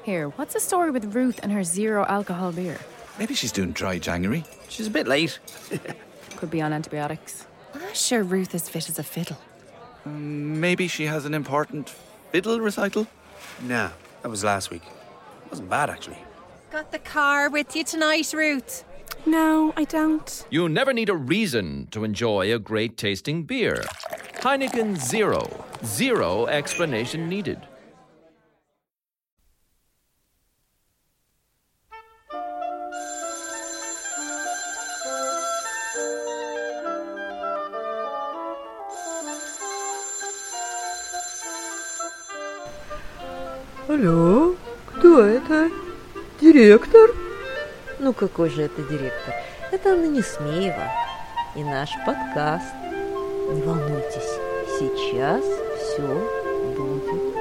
Here, what's the story with Ruth and her zero alcohol beer? Maybe she's doing dry January. She's a bit late. Could be on antibiotics. I'm not sure Ruth is fit as a fiddle. Maybe she has an important fiddle recital? Nah, that was last week. Wasn't bad, actually. Got the car with you tonight, Ruth? No, I don't. You never need a reason to enjoy a great tasting beer. Heineken Zero. Zero explanation needed. Алло, кто это? Директор? Ну какой же это директор? Это Анна Несмеева и наш подкаст. Не волнуйтесь, сейчас все будет.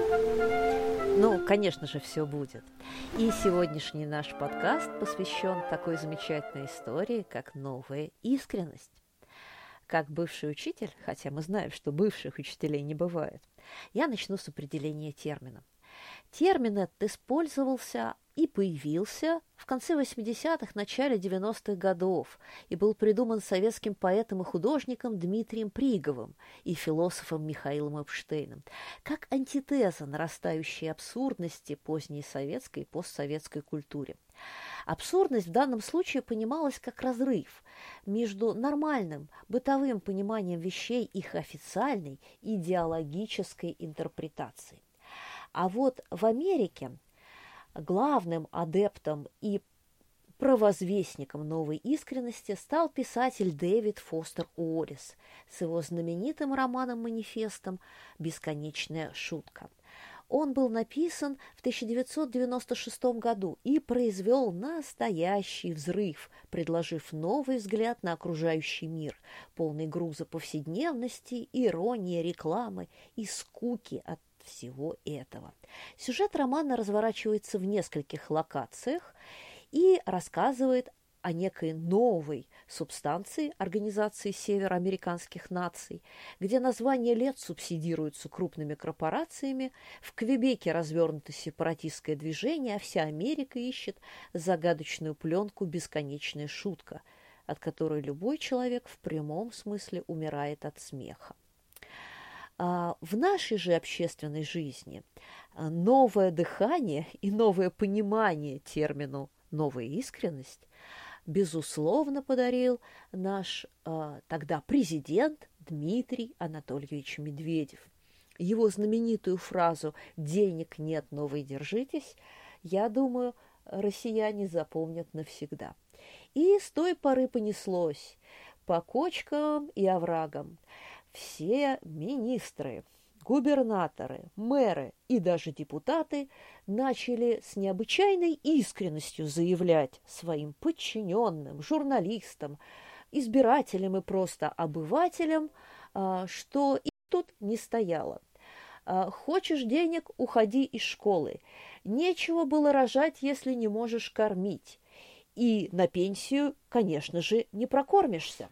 Ну, конечно же, все будет. И сегодняшний наш подкаст посвящен такой замечательной истории, как новая искренность. Как бывший учитель, хотя мы знаем, что бывших учителей не бывает, я начну с определения термина. Термин этот использовался и появился в конце 80-х, начале 90-х годов и был придуман советским поэтом и художником Дмитрием Приговым и философом Михаилом Эпштейном как антитеза нарастающей абсурдности поздней советской и постсоветской культуре. Абсурдность в данном случае понималась как разрыв между нормальным бытовым пониманием вещей и их официальной идеологической интерпретацией. А вот в Америке главным адептом и провозвестником новой искренности стал писатель Дэвид Фостер Уоллес с его знаменитым романом-манифестом «Бесконечная шутка». Он был написан в 1996 году и произвел настоящий взрыв, предложив новый взгляд на окружающий мир, полный груза повседневности, иронии, рекламы и скуки от всего этого. Сюжет романа разворачивается в нескольких локациях и рассказывает о некой новой субстанции Организации североамериканских наций, где названия лет субсидируются крупными корпорациями, в Квебеке развернуто сепаратистское движение, а вся Америка ищет загадочную пленку «Бесконечная шутка», от которой любой человек в прямом смысле умирает от смеха. В нашей же общественной жизни новое дыхание и новое понимание термину «новая искренность» безусловно подарил наш тогда президент Дмитрий Анатольевич Медведев. Его знаменитую фразу «денег нет, но вы держитесь», я думаю, россияне запомнят навсегда. И с той поры понеслось по кочкам и оврагам. Все министры, губернаторы, мэры и даже депутаты начали с необычайной искренностью заявлять своим подчиненным, журналистам, избирателям и просто обывателям, что и тут не стояло. Хочешь денег – уходи из школы. Нечего было рожать, если не можешь кормить. И на пенсию, конечно же, не прокормишься.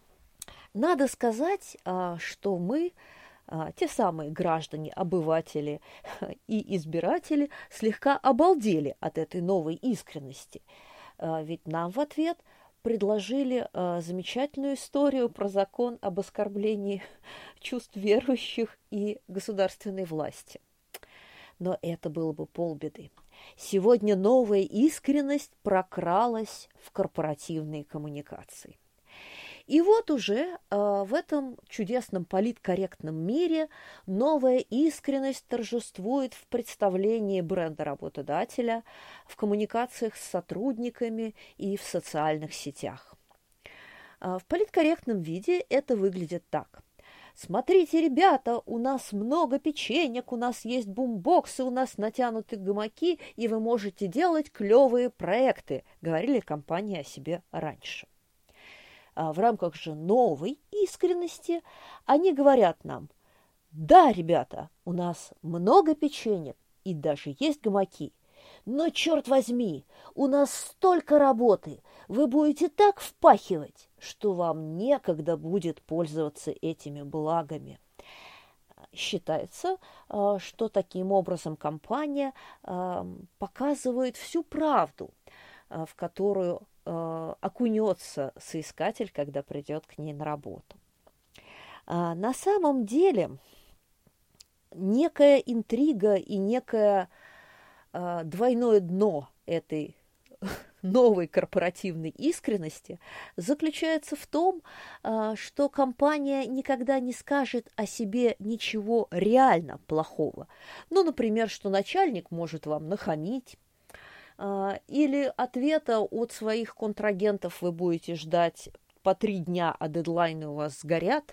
Надо сказать, что мы, те самые граждане, обыватели и избиратели, слегка обалдели от этой новой искренности. Ведь нам в ответ предложили замечательную историю про закон об оскорблении чувств верующих и государственной власти. Но это было бы полбеды. Сегодня новая искренность прокралась в корпоративные коммуникации. И вот уже в этом чудесном политкорректном мире новая искренность торжествует в представлении бренда работодателя, в коммуникациях с сотрудниками и в социальных сетях. В политкорректном виде это выглядит так. Смотрите, ребята, у нас много печенек, у нас есть бумбоксы, у нас натянуты гамаки, и вы можете делать клевые проекты, говорили компании о себе раньше. В рамках же новой искренности они говорят нам: да, ребята, у нас много печенек и даже есть гамаки, но, черт возьми, у нас столько работы, вы будете так впахивать, что вам некогда будет пользоваться этими благами. Считается, что таким образом компания показывает всю правду, в которую окунется соискатель, когда придет к ней на работу. На самом деле некая интрига и некое двойное дно этой новой корпоративной искренности заключается в том, что компания никогда не скажет о себе ничего реально плохого. Ну, например, что начальник может вам нахамить, или ответа от своих контрагентов вы будете ждать по 3 дня, а дедлайны у вас сгорят,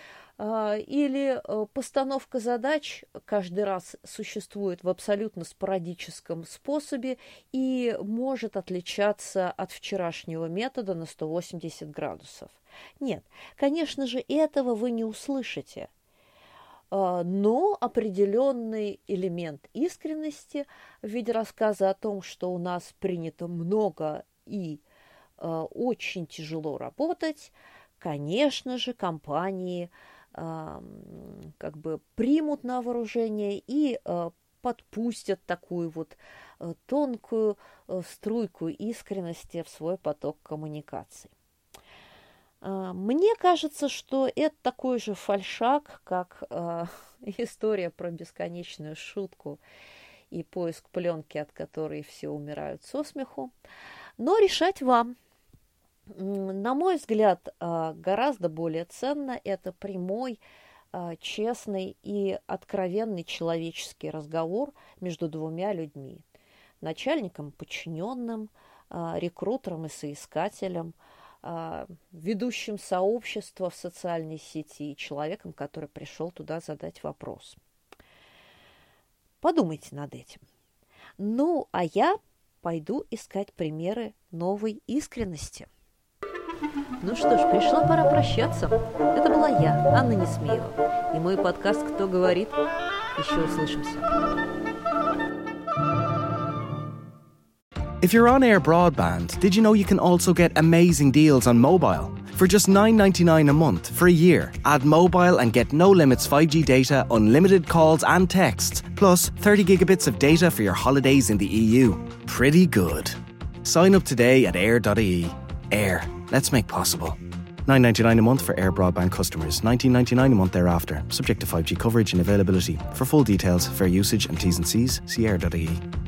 или постановка задач каждый раз существует в абсолютно спорадическом способе и может отличаться от вчерашнего метода на 180 градусов. Нет, конечно же, этого вы не услышите, но определенный элемент искренности в виде рассказа о том, что у нас принято много и очень тяжело работать, конечно же, компании как бы примут на вооружение и подпустят такую вот тонкую струйку искренности в свой поток коммуникаций. Мне кажется, что это такой же фальшак, как история про бесконечную шутку и поиск пленки, от которой все умирают со смеху. Но решать вам. На мой взгляд, гораздо более ценно это прямой, честный и откровенный человеческий разговор между 2 людьми. Начальником, подчиненным, рекрутером и соискателем, ведущим сообщества в социальной сети и человеком, который пришел туда задать вопрос. Подумайте над этим. Ну, а я пойду искать примеры новой искренности. Ну что ж, пришла пора прощаться. Это была я, Анна Несмеева, и мой подкаст «Кто говорит?». Еще услышимся. If you're on Air Broadband, did you know you can also get amazing deals on mobile? For just $9.99 a month for a year, add mobile and get no limits 5G data, unlimited calls and texts, plus 30 gigabits of data for your holidays in the EU. Pretty good. Sign up today at air.ie. Air. Let's make possible. $9.99 a month for Air Broadband customers. $19.99 a month thereafter, subject to 5G coverage and availability. For full details, fair usage and T's and C's, see air.ie.